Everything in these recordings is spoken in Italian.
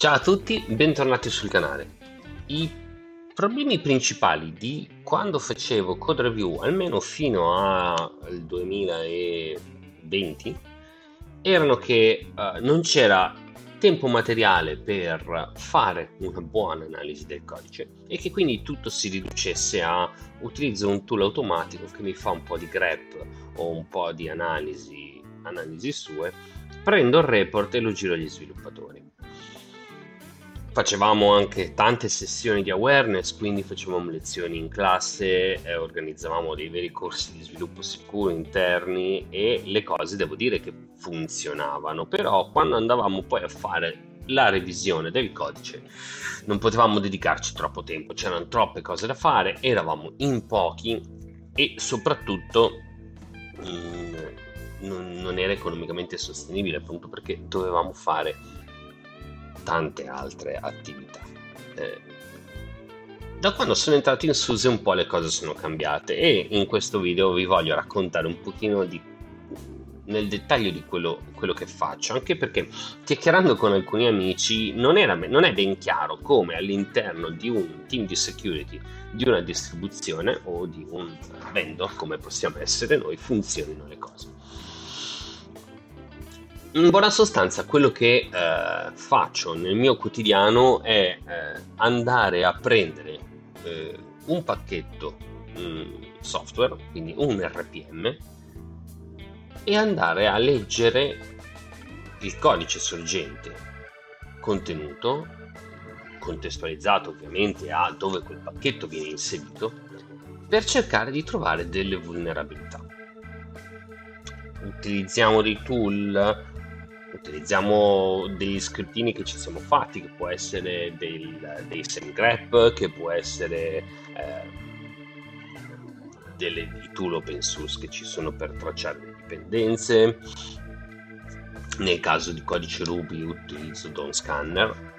Ciao a tutti, bentornati sul canale. I problemi principali di quando facevo code review, almeno fino al 2020, erano che non c'era tempo materiale per fare una buona analisi del codice e che quindi tutto si riducesse a utilizzo un tool automatico che mi fa un po' di grep o un po' di analisi sue, prendo il report e lo giro agli sviluppatori. Facevamo anche tante sessioni di awareness, quindi facevamo lezioni in classe, organizzavamo dei veri corsi di sviluppo sicuro interni e le cose devo dire che funzionavano, però quando andavamo poi a fare la revisione del codice non potevamo dedicarci troppo tempo, c'erano troppe cose da fare, eravamo in pochi e soprattutto non era economicamente sostenibile, appunto perché dovevamo fare tante altre attività. Da quando sono entrato in SUSE un po' le cose sono cambiate e in questo video vi voglio raccontare un pochino nel dettaglio di quello che faccio, anche perché chiacchierando con alcuni amici non è ben chiaro come all'interno di un team di security di una distribuzione o di un vendor come possiamo essere noi funzionino le cose. In buona sostanza, quello che faccio nel mio quotidiano è andare a prendere un pacchetto software, quindi un RPM, e andare a leggere il codice sorgente contenuto, contestualizzato ovviamente a dove quel pacchetto viene inserito, per cercare di trovare delle vulnerabilità. Utilizziamo dei tool, utilizziamo degli scriptini che ci siamo fatti, che può essere dei semi-grep, che può essere dei tool open source che ci sono per tracciare le dipendenze. Nel caso di codice Ruby utilizzo DOM Scanner,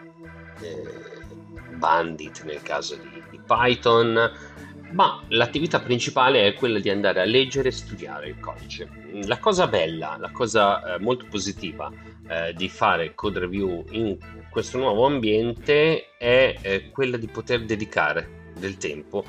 Bandit nel caso di Python, ma l'attività principale è quella di andare a leggere e studiare il codice. La cosa bella, la cosa molto positiva di fare code review in questo nuovo ambiente è quella di poter dedicare del tempo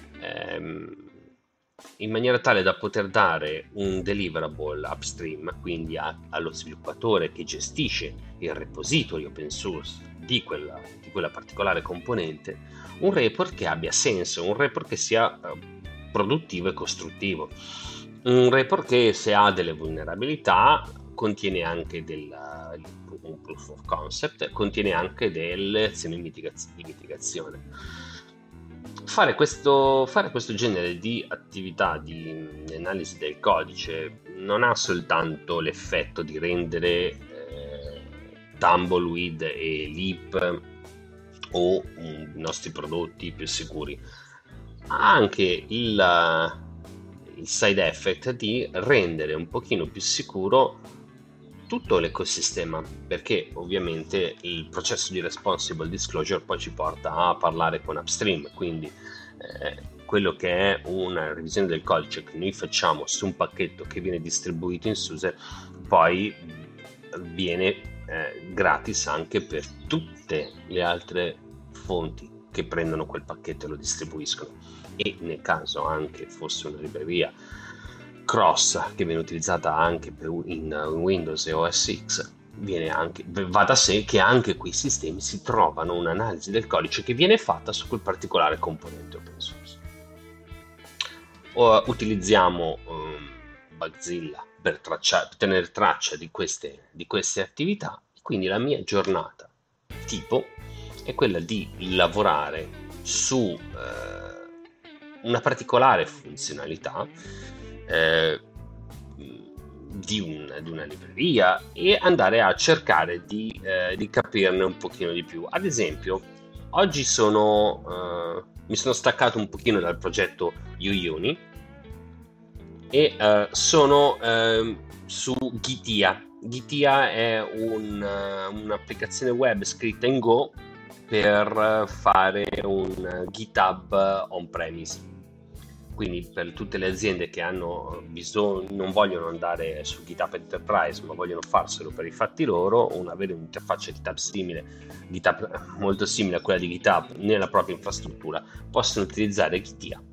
in maniera tale da poter dare un deliverable upstream, quindi allo sviluppatore che gestisce il repository open source di quella particolare componente, un report che abbia senso, un report che sia produttivo e costruttivo, un report che se ha delle vulnerabilità contiene anche un proof of concept, contiene anche delle azioni di mitigazione. Fare questo genere di attività di analisi del codice non ha soltanto l'effetto di rendere Tumbleweed e Leap o i nostri prodotti più sicuri, ha anche il side effect di rendere un pochino più sicuro tutto l'ecosistema, perché ovviamente il processo di responsible disclosure poi ci porta a parlare con upstream, quindi quello che è una revisione del codice che noi facciamo su un pacchetto che viene distribuito in SUSE poi viene gratis anche per tutte le altre fonti che prendono quel pacchetto e lo distribuiscono, e nel caso anche fosse una libreria cross che viene utilizzata anche in Windows e OS X, va da sé che anche quei sistemi si trovano un'analisi del codice che viene fatta su quel particolare componente open source. Utilizziamo Bugzilla per tenere traccia di queste attività, quindi la mia giornata tipo è quella di lavorare su una particolare funzionalità di una libreria e andare a cercare di capirne un pochino di più. Ad esempio, oggi mi sono staccato un pochino dal progetto UUni e sono su Gitea. Gitea è un'applicazione web scritta in Go per fare un GitHub on-premise. quindi per tutte le aziende che hanno bisogno, non vogliono andare su GitHub Enterprise, ma vogliono farselo per i fatti loro, avere un'interfaccia GitHub molto simile a quella di GitHub nella propria infrastruttura, possono utilizzare Gitea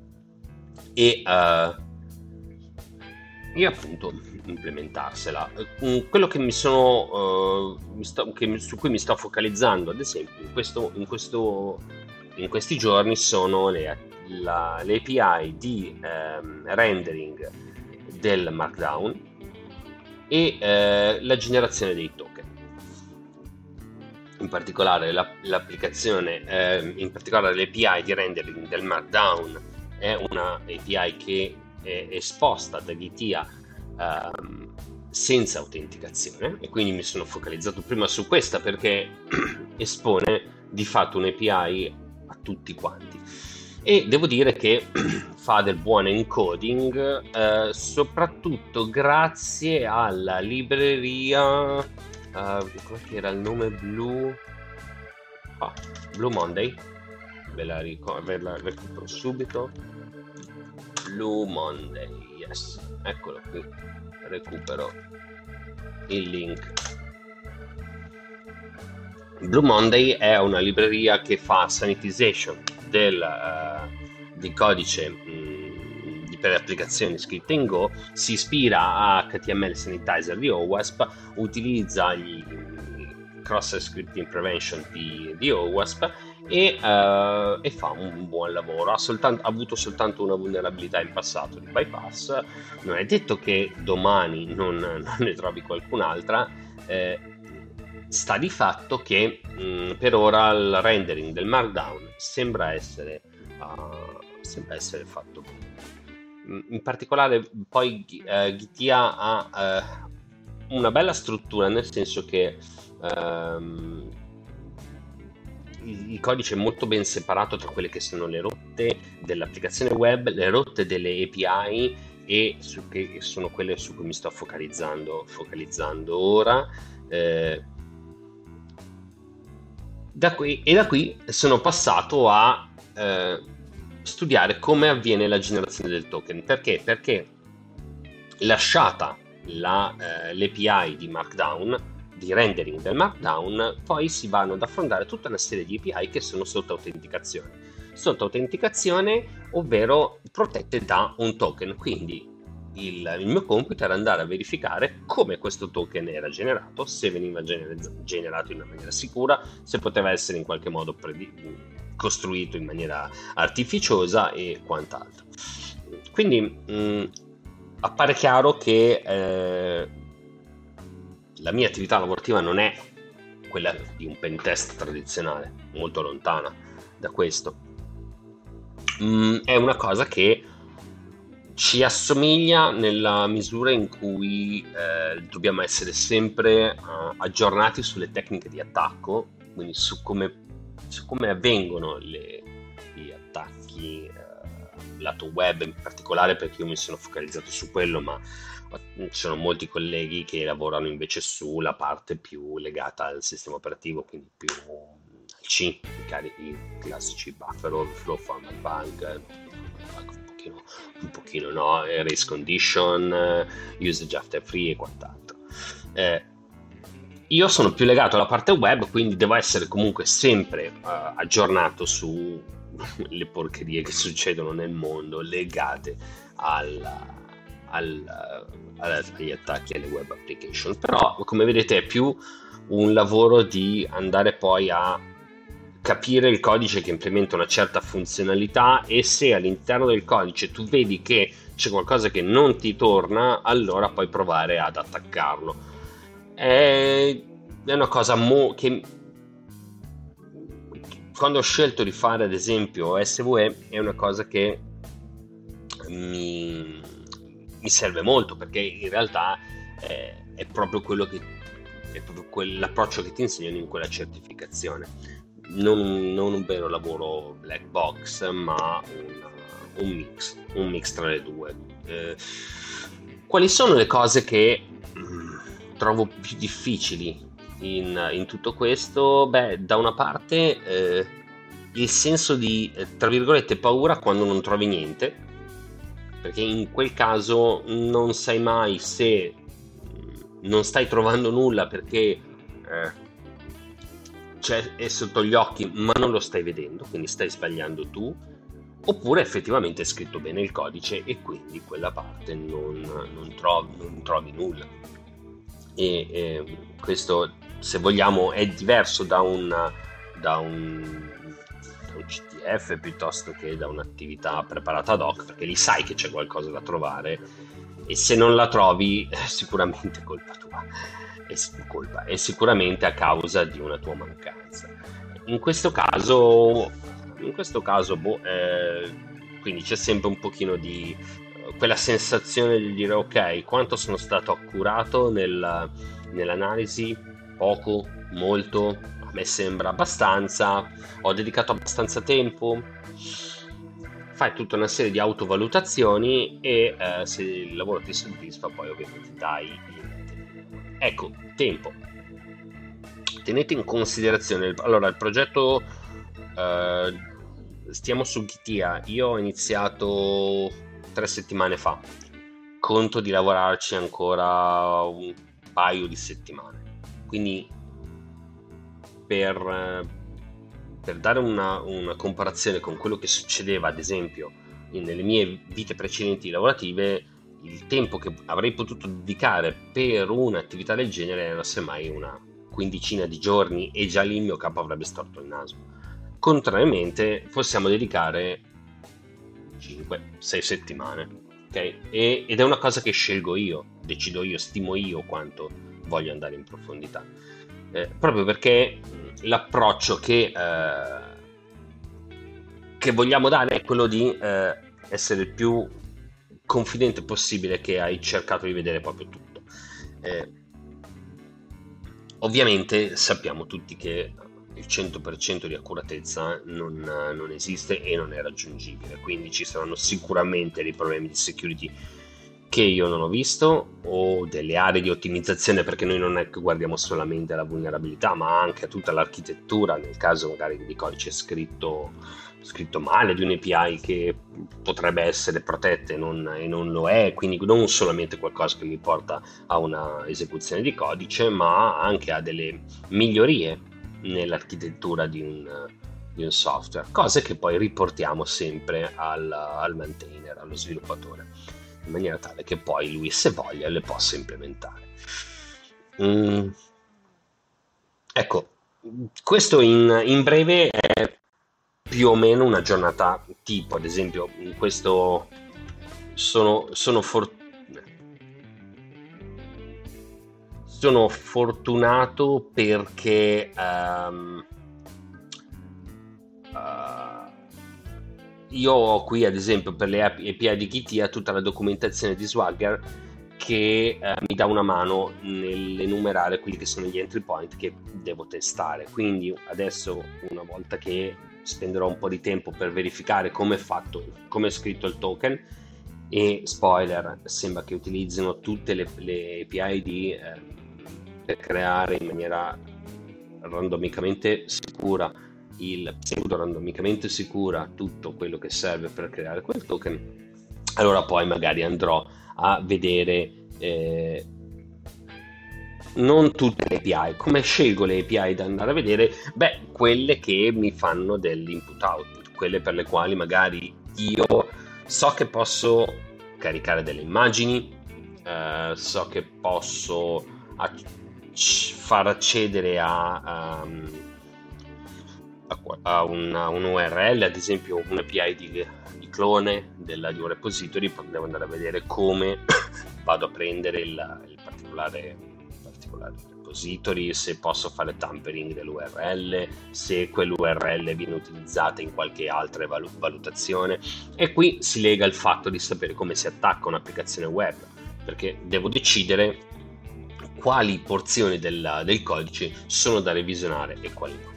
e appunto implementarsela. Quello che su cui mi sto focalizzando, ad esempio, in questi giorni sono le API di rendering del Markdown e la generazione dei token. In particolare l'applicazione, in particolare l'API di rendering del Markdown è una API che è esposta da Gitea senza autenticazione, e quindi mi sono focalizzato prima su questa perché espone di fatto un'API a tutti quanti, e devo dire che fa del buon encoding, soprattutto grazie alla libreria come era il nome? Blue Monday, ve la recupero subito. Blue Monday, yes, eccolo qui, recupero il link. Blue Monday è una libreria che fa sanitization di codice per applicazioni scritte in Go, si ispira a HTML Sanitizer di OWASP, utilizza i cross scripting prevention di OWASP e fa un buon lavoro. Ha avuto soltanto una vulnerabilità in passato di bypass, non è detto che domani non ne trovi qualcun'altra. Sta di fatto che per ora il rendering del Markdown sembra essere fatto bene. In particolare poi Gitea ha una bella struttura, nel senso che il codice è molto ben separato tra quelle che sono le rotte dell'applicazione web, le rotte delle API, e che sono quelle su cui mi sto focalizzando ora. Da qui sono passato a studiare come avviene la generazione del token. Perché lasciata l'API di Markdown, di rendering del Markdown, poi si vanno ad affrontare tutta una serie di API che sono sotto autenticazione, ovvero protette da un token. Quindi il mio compito era andare a verificare come questo token era generato, se veniva generato in una maniera sicura, se poteva essere in qualche modo costruito in maniera artificiosa e quant'altro. Quindi appare chiaro che la mia attività lavorativa non è quella di un pentest tradizionale, molto lontana da questo. È una cosa che ci assomiglia nella misura in cui dobbiamo essere sempre aggiornati sulle tecniche di attacco, quindi su come avvengono gli attacchi lato web in particolare, perché io mi sono focalizzato su quello, ma ci sono molti colleghi che lavorano invece sulla parte più legata al sistema operativo, quindi più al C, i classici buffer overflow, format bug, un pochino no, race condition, usage after free e quant'altro. Io sono più legato alla parte web, quindi devo essere comunque sempre aggiornato su le porcherie che succedono nel mondo legate agli attacchi alle web application. Però, come vedete, è più un lavoro di andare poi a capire il codice che implementa una certa funzionalità, e se all'interno del codice tu vedi che c'è qualcosa che non ti torna, allora puoi provare ad attaccarlo. È una cosa che quando ho scelto di fare ad esempio SVE è una cosa che mi serve molto, perché in realtà è proprio quell'approccio che ti insegnano in quella certificazione. Non un vero lavoro black box, ma un mix tra le due. Quali sono le cose che trovo più difficili in tutto questo? Beh, da una parte il senso di, tra virgolette, paura quando non trovi niente, perché in quel caso non sai mai se non stai trovando nulla perché è sotto gli occhi ma non lo stai vedendo, quindi stai sbagliando tu, oppure effettivamente è scritto bene il codice e quindi quella parte non trovi nulla. Questo, se vogliamo, è diverso da un CTF piuttosto che da un'attività preparata ad hoc, perché lì sai che c'è qualcosa da trovare e se non la trovi sicuramente è colpa tua, è sicuramente a causa di una tua mancanza. In questo caso quindi c'è sempre un pochino di quella sensazione di dire ok, quanto sono stato accurato nell'analisi, poco, molto, a me sembra abbastanza, ho dedicato abbastanza tempo. Fai tutta una serie di autovalutazioni e se il lavoro ti soddisfa poi ovviamente dai il ecco, tempo. Tenete in considerazione, allora il progetto stiamo su Ghitia, io ho iniziato 3 settimane fa, conto di lavorarci ancora un paio di settimane, quindi per dare una comparazione con quello che succedeva ad esempio nelle mie vite precedenti lavorative, il tempo che avrei potuto dedicare per un'attività del genere era semmai una quindicina di giorni e già lì il mio capo avrebbe storto il naso. Contrariamente possiamo dedicare 5-6 settimane, ok? Ed è una cosa che scelgo io, decido io, stimo io quanto voglio andare in profondità, proprio perché l'approccio che vogliamo dare è quello di essere il più confidente possibile che hai cercato di vedere proprio tutto. Ovviamente sappiamo tutti che il 100% di accuratezza non esiste e non è raggiungibile, quindi ci saranno sicuramente dei problemi di security che io non ho visto o delle aree di ottimizzazione, perché noi non è che guardiamo solamente alla vulnerabilità ma anche a tutta l'architettura, nel caso magari di codice scritto male, di un'API che potrebbe essere protetta e non lo è, quindi non solamente qualcosa che mi porta a una esecuzione di codice ma anche a delle migliorie nell'architettura di un software, cose che poi riportiamo sempre al maintainer, allo sviluppatore, in maniera tale che poi lui, se voglia, le possa implementare. Ecco, questo in breve è più o meno una giornata tipo. Ad esempio, in questo sono fortunato perché io ho qui ad esempio per le API di Ghitia tutta la documentazione di Swagger che mi dà una mano nell'enumerare quelli che sono gli entry point che devo testare, quindi adesso, una volta che spenderò un po' di tempo per verificare come è scritto il token, e spoiler, sembra che utilizzino tutte le API per creare in maniera randomicamente sicura, il pseudo randomicamente sicura, tutto quello che serve per creare quel token. Allora poi magari andrò a vedere non tutte le API. Come scelgo le API da andare a vedere? Beh, quelle che mi fanno dell'input output, quelle per le quali magari io so che posso caricare delle immagini, so che posso far accedere a un URL, ad esempio un'API di clone di un repository, devo andare a vedere come vado a prendere il particolare repository, se posso fare tampering dell'URL, se quell'URL viene utilizzata in qualche altra valutazione. E qui si lega il fatto di sapere come si attacca un'applicazione web, perché devo decidere quali porzioni del codice sono da revisionare e quali no.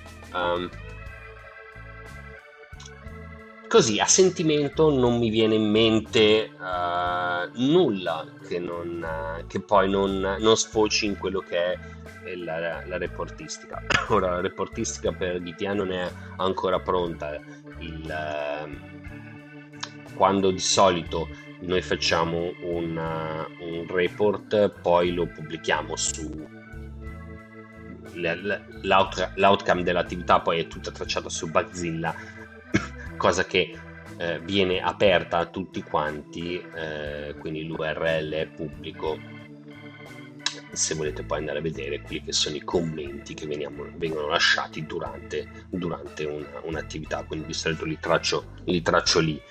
Così a sentimento non mi viene in mente nulla che poi non sfoci in quello che è la reportistica. Ora la reportistica per Ghitia non è ancora pronta, quando di solito noi facciamo un report, poi lo pubblichiamo su l'outcome dell'attività, poi è tutta tracciata su Bugzilla, cosa che viene aperta a tutti quanti, quindi l'URL è pubblico, se volete poi andare a vedere quelli che sono i commenti che vengono lasciati durante un'attività, quindi di solito li traccio lì,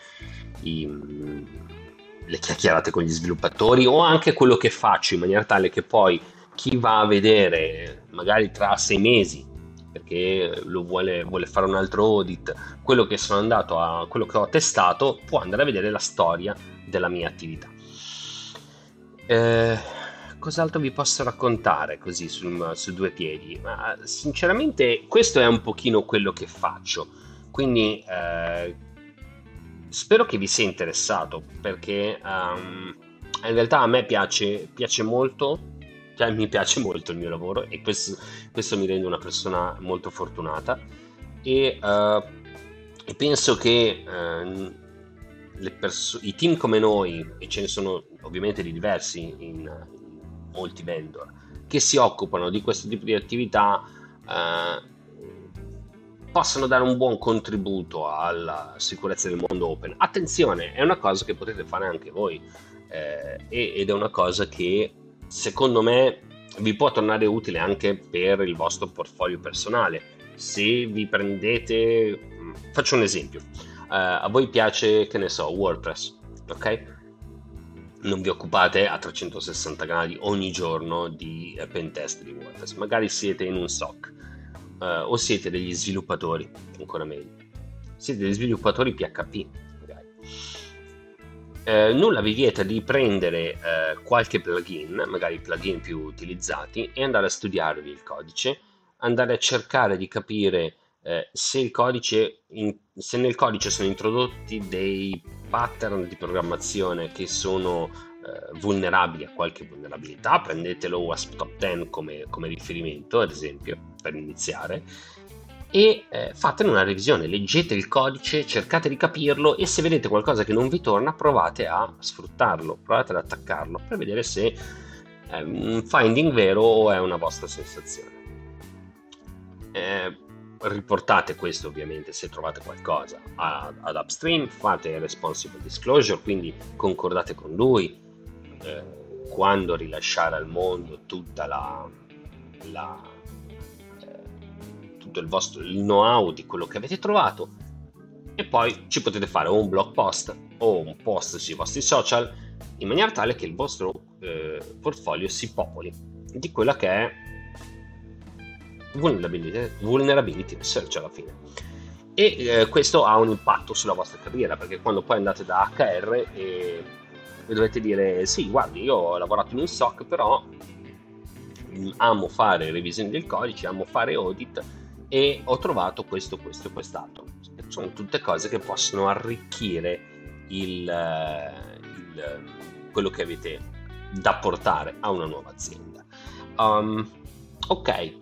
le chiacchierate con gli sviluppatori, o anche quello che faccio, in maniera tale che poi chi va a vedere magari tra 6 mesi, perché vuole fare un altro audit, quello che ho testato, può andare a vedere la storia della mia attività. Cos'altro vi posso raccontare così su due piedi? Ma sinceramente questo è un pochino quello che faccio, quindi spero che vi sia interessato, perché in realtà a me piace molto, cioè mi piace molto il mio lavoro, e questo mi rende una persona molto fortunata, e penso che i team come noi, e ce ne sono ovviamente di diversi in molti vendor, che si occupano di questo tipo di attività, possano dare un buon contributo alla sicurezza del mondo open. Attenzione, è una cosa che potete fare anche voi, ed è una cosa che secondo me vi può tornare utile anche per il vostro portfolio personale. Se vi prendete, faccio un esempio, a voi piace, che ne so, WordPress, ok? Non vi occupate a 360 gradi ogni giorno di pentest di WordPress, magari siete in un SOC, o siete degli sviluppatori, ancora meglio, siete degli sviluppatori PHP, magari. Nulla vi vieta di prendere qualche plugin, magari i plugin più utilizzati, e andare a studiarvi il codice, andare a cercare di capire se nel codice sono introdotti dei pattern di programmazione che sono vulnerabili a qualche vulnerabilità. Prendete lo WASP Top 10 come riferimento, ad esempio, per iniziare, e fatene una revisione, leggete il codice, cercate di capirlo, e se vedete qualcosa che non vi torna, provate a sfruttarlo, provate ad attaccarlo per vedere se è un finding vero o è una vostra sensazione. Riportate questo ovviamente se trovate qualcosa ad Upstream, fate responsible disclosure, quindi concordate con lui quando rilasciare al mondo tutto il know-how di quello che avete trovato, e poi ci potete fare o un blog post o un post sui vostri social, in maniera tale che il vostro portfolio si popoli di quella che è vulnerability research alla fine, e questo ha un impatto sulla vostra carriera, perché quando poi andate da HR e dovete dire: sì, guardi, io ho lavorato in un SOC, però amo fare revisioni del codice, amo fare audit, e ho trovato questo e quest'altro. Sono tutte cose che possono arricchire quello che avete da portare a una nuova azienda. Ok.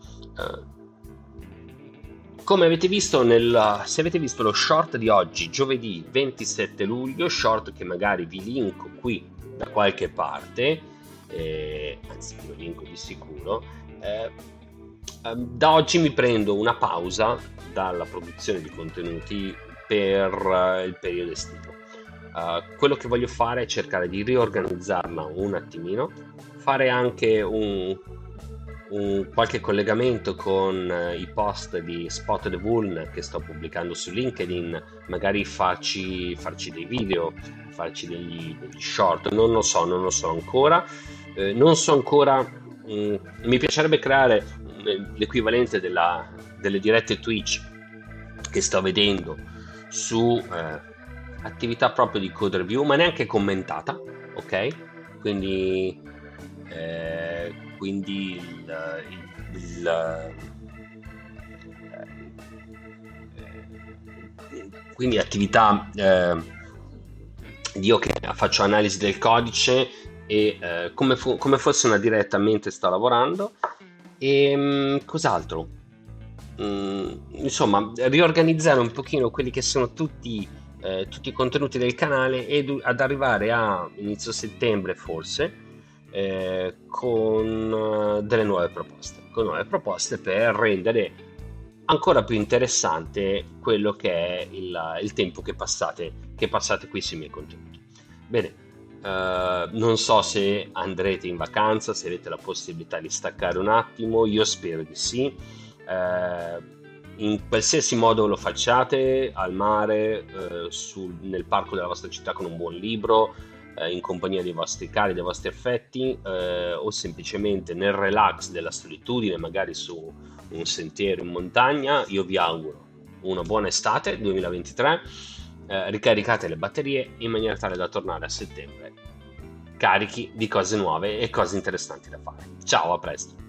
Come avete visto se avete visto lo short di oggi, giovedì 27 luglio, short che magari vi linko qui da qualche parte, anzi vi linko di sicuro, da oggi mi prendo una pausa dalla produzione di contenuti per il periodo estivo. Quello che voglio fare è cercare di riorganizzarla un attimino, fare anche qualche collegamento con i post di Spot the Vuln che sto pubblicando su LinkedIn, magari farci dei video, farci degli short, non lo so ancora, mi piacerebbe creare l'equivalente delle dirette Twitch che sto vedendo su attività proprio di code review, ma neanche commentata, ok? Quindi quindi attività io che faccio analisi del codice, e come fosse una diretta mentre sto lavorando, e insomma riorganizzare un pochino quelli che sono tutti tutti i contenuti del canale e ad arrivare a inizio settembre forse con delle nuove proposte per rendere ancora più interessante quello che è il tempo che passate qui sui miei contenuti. Bene, non so se andrete in vacanza, se avete la possibilità di staccare un attimo, io spero di sì. In qualsiasi modo lo facciate, al mare, nel parco della vostra città con un buon libro, in compagnia dei vostri cari, dei vostri affetti, o semplicemente nel relax della solitudine, magari su un sentiero in montagna, io vi auguro una buona estate 2023, ricaricate le batterie in maniera tale da tornare a settembre carichi di cose nuove e cose interessanti da fare. Ciao, a presto!